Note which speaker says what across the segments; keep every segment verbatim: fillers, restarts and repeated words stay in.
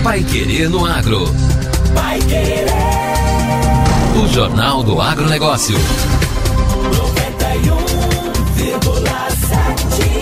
Speaker 1: Paiquerê no Agro.
Speaker 2: Paiquerê.
Speaker 1: O Jornal do Agronegócio.
Speaker 2: noventa e um vírgula sete.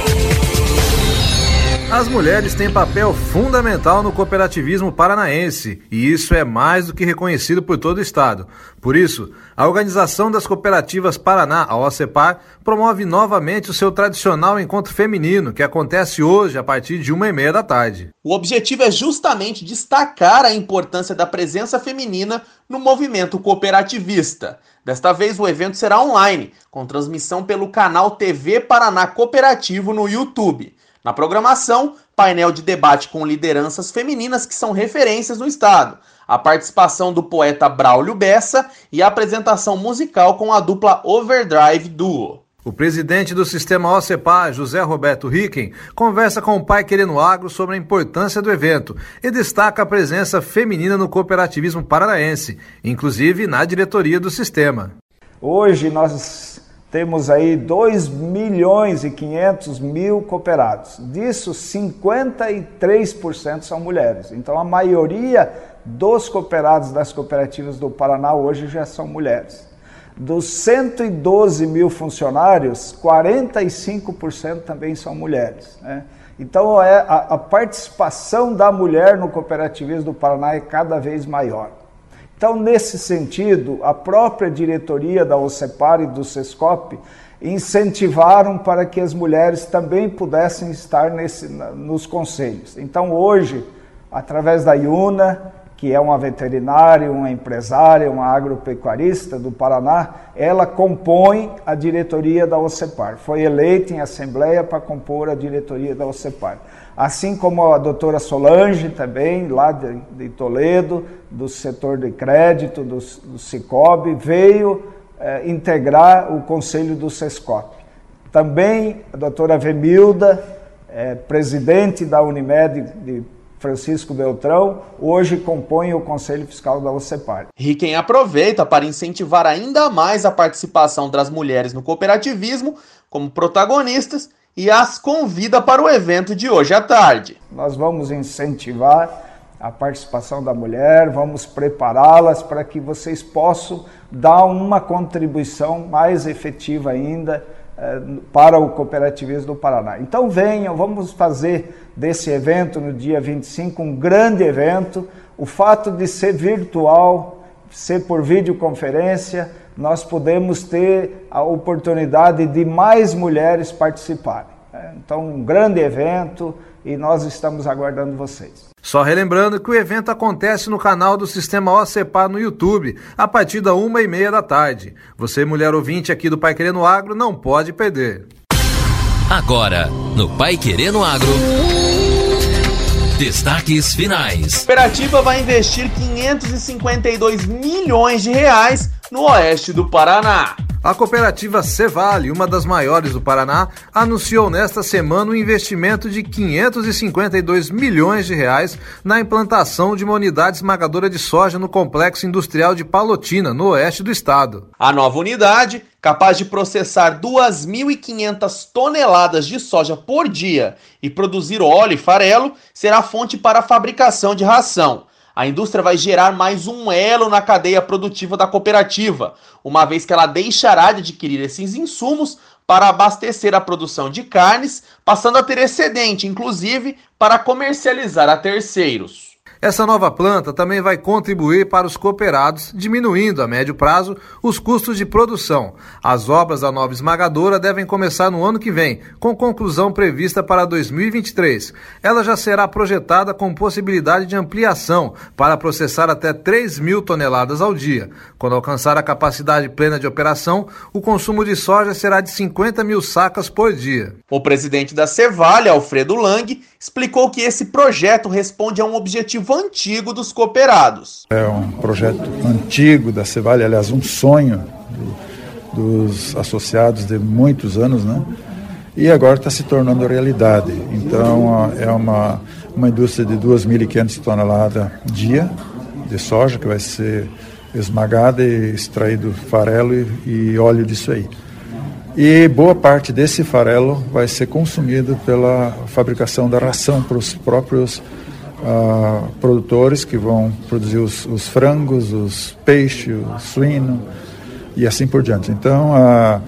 Speaker 3: As mulheres têm papel fundamental no cooperativismo paranaense e isso é mais do que reconhecido por todo o estado. Por isso, a Organização das Cooperativas Paraná, a OCEPAR, promove novamente o seu tradicional encontro feminino, que acontece hoje a partir de uma e meia da tarde.
Speaker 4: O objetivo é justamente destacar a importância da presença feminina no movimento cooperativista. Desta vez o evento será online, com transmissão pelo canal T V Paraná Cooperativo no YouTube. Na programação, painel de debate com lideranças femininas que são referências no estado, a participação do poeta Braulio Bessa e a apresentação musical com a dupla Overdrive Duo.
Speaker 3: O presidente do sistema OCEPAR, José Roberto Ricken, conversa com o Paiquerê no Agro sobre a importância do evento e destaca a presença feminina no cooperativismo paranaense, inclusive na diretoria do sistema.
Speaker 5: Hoje nós temos aí dois milhões e quinhentos mil cooperados. Disso, cinquenta e três por cento são mulheres. Então, a maioria dos cooperados das cooperativas do Paraná hoje já são mulheres. Dos cento e doze mil funcionários, quarenta e cinco por cento também são mulheres, né? Então, é, a, a participação da mulher no cooperativismo do Paraná é cada vez maior. Então, nesse sentido, a própria diretoria da OCEPAR e do SESCOP incentivaram para que as mulheres também pudessem estar nesse, nos conselhos. Então, hoje, através da Iuna, que é uma veterinária, uma empresária, uma agropecuarista do Paraná, ela compõe a diretoria da OCEPAR. Foi eleita em assembleia para compor a diretoria da OCEPAR. Assim como a doutora Solange também, lá de, de Toledo, do setor de crédito, do, do Sicob, veio eh, integrar o conselho do SESCOP. Também a doutora Vemilda, eh, presidente da Unimed de Francisco Beltrão, hoje compõe o Conselho Fiscal da OCEPAR.
Speaker 4: Ricken aproveita para incentivar ainda mais a participação das mulheres no cooperativismo como protagonistas e as convida para o evento de hoje à tarde.
Speaker 5: Nós vamos incentivar a participação da mulher, vamos prepará-las para que vocês possam dar uma contribuição mais efetiva ainda eh, para o cooperativismo do Paraná. Então venham, vamos fazer desse evento no dia vinte e cinco um grande evento. O fato de ser virtual, ser por videoconferência, nós podemos ter a oportunidade de mais mulheres participarem. Então, um grande evento e nós estamos aguardando vocês.
Speaker 3: Só relembrando que o evento acontece no canal do Sistema OCEPAR no YouTube, a partir da uma e meia da tarde. Você, mulher ouvinte aqui do Paiquerê no Agro, não pode perder.
Speaker 1: Agora, no Paiquerê no Agro, destaques finais.
Speaker 4: A cooperativa vai investir quinhentos e cinquenta e dois milhões de reais no oeste do Paraná.
Speaker 3: A cooperativa Cevale, uma das maiores do Paraná, anunciou nesta semana um investimento de quinhentos e cinquenta e dois milhões de reais na implantação de uma unidade esmagadora de soja no complexo industrial de Palotina, no oeste do estado.
Speaker 4: A nova unidade, capaz de processar duas mil e quinhentas toneladas de soja por dia e produzir óleo e farelo, será fonte para a fabricação de ração. A indústria vai gerar mais um elo na cadeia produtiva da cooperativa, uma vez que ela deixará de adquirir esses insumos para abastecer a produção de carnes, passando a ter excedente, inclusive, para comercializar a terceiros.
Speaker 3: Essa nova planta também vai contribuir para os cooperados, diminuindo a médio prazo os custos de produção. As obras da nova esmagadora devem começar no ano que vem, com conclusão prevista para dois mil e vinte e três. Ela já será projetada com possibilidade de ampliação para processar até três mil toneladas ao dia. Quando alcançar a capacidade plena de operação, o consumo de soja será de cinquenta mil sacas por dia.
Speaker 4: O presidente da Cevale, Alfredo Lang, explicou que esse projeto responde a um objetivo antigo dos cooperados.
Speaker 6: É um projeto antigo da Cevale, aliás, um sonho do, dos associados de muitos anos, né? E agora está se tornando realidade. Então, é uma, uma indústria de duas mil e quinhentas toneladas dia de soja que vai ser esmagada e extraído farelo e, e óleo disso aí. E boa parte desse farelo vai ser consumido pela fabricação da ração para os próprios uh, produtores que vão produzir os, os frangos, os peixes, o suíno e assim por diante. Então, uh,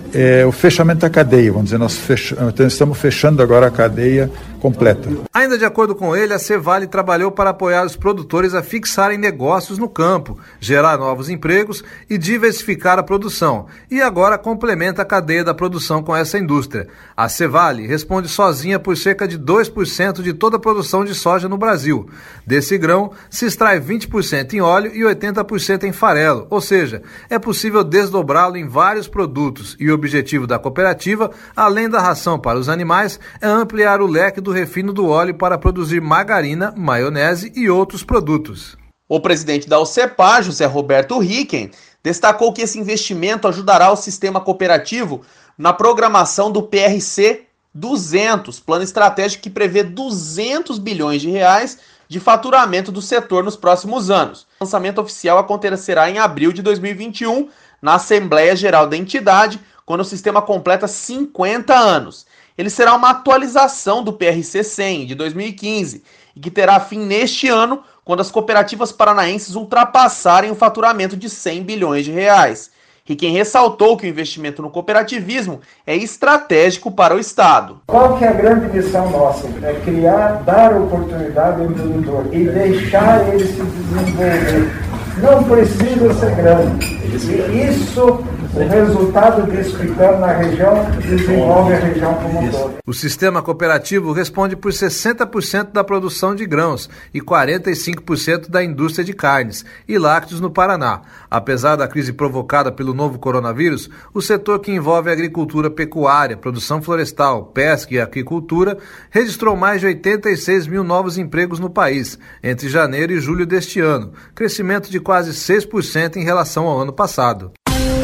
Speaker 6: é o fechamento da cadeia, vamos dizer, nós fech... estamos fechando agora a cadeia completa.
Speaker 3: Ainda de acordo com ele, a Cevale trabalhou para apoiar os produtores a fixarem negócios no campo, gerar novos empregos e diversificar a produção. E agora complementa a cadeia da produção com essa indústria. A Cevale responde sozinha por cerca de dois por cento de toda a produção de soja no Brasil. Desse grão, se extrai vinte por cento em óleo e oitenta por cento em farelo, ou seja, é possível desdobrá-lo em vários produtos. E o objetivo da cooperativa, além da ração para os animais, é ampliar o leque do refino do óleo para produzir margarina, maionese e outros produtos.
Speaker 4: O presidente da OCEPAR, José Roberto Ricken, destacou que esse investimento ajudará o sistema cooperativo na programação do P R C duzentos, plano estratégico que prevê duzentos bilhões de reais de faturamento do setor nos próximos anos. O lançamento oficial acontecerá em abril de dois mil e vinte e um, na Assembleia Geral da entidade, quando o sistema completa cinquenta anos. Ele será uma atualização do P R C cem, de dois mil e quinze, e que terá fim neste ano, quando as cooperativas paranaenses ultrapassarem o faturamento de cem bilhões de reais. E quem ressaltou que o investimento no cooperativismo é estratégico para o Estado.
Speaker 5: Qual que é a grande missão nossa? É criar, dar oportunidade ao produtor e deixar ele se desenvolver. Não precisa ser grande. E isso, o resultado disso ficando na região, desenvolve a região como um todo.
Speaker 3: O sistema cooperativo responde por sessenta por cento da produção de grãos e quarenta e cinco por cento da indústria de carnes e lácteos no Paraná. Apesar da crise provocada pelo novo coronavírus, o setor que envolve agricultura pecuária, produção florestal, pesca e aquicultura registrou mais de oitenta e seis mil novos empregos no país entre janeiro e julho deste ano, crescimento de quase seis por cento em relação ao ano passado.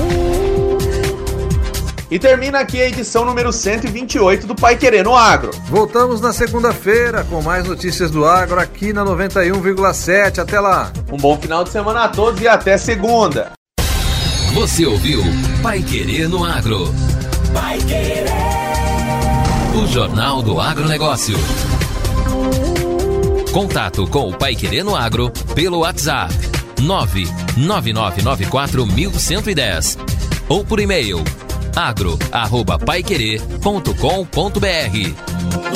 Speaker 4: E termina aqui a edição número cento e vinte e oito do Paiquerê no Agro.
Speaker 3: Voltamos na segunda-feira com mais notícias do agro aqui na noventa e um vírgula sete. Até lá.
Speaker 4: Um bom final de semana a todos e até segunda.
Speaker 1: Você ouviu Paiquerê no Agro.
Speaker 2: Paiquerê.
Speaker 1: O Jornal do Agronegócio. Contato com o Paiquerê no Agro pelo WhatsApp nove nove nove nove quatro um um zero ou por e-mail agro arroba paiquerê ponto com ponto br.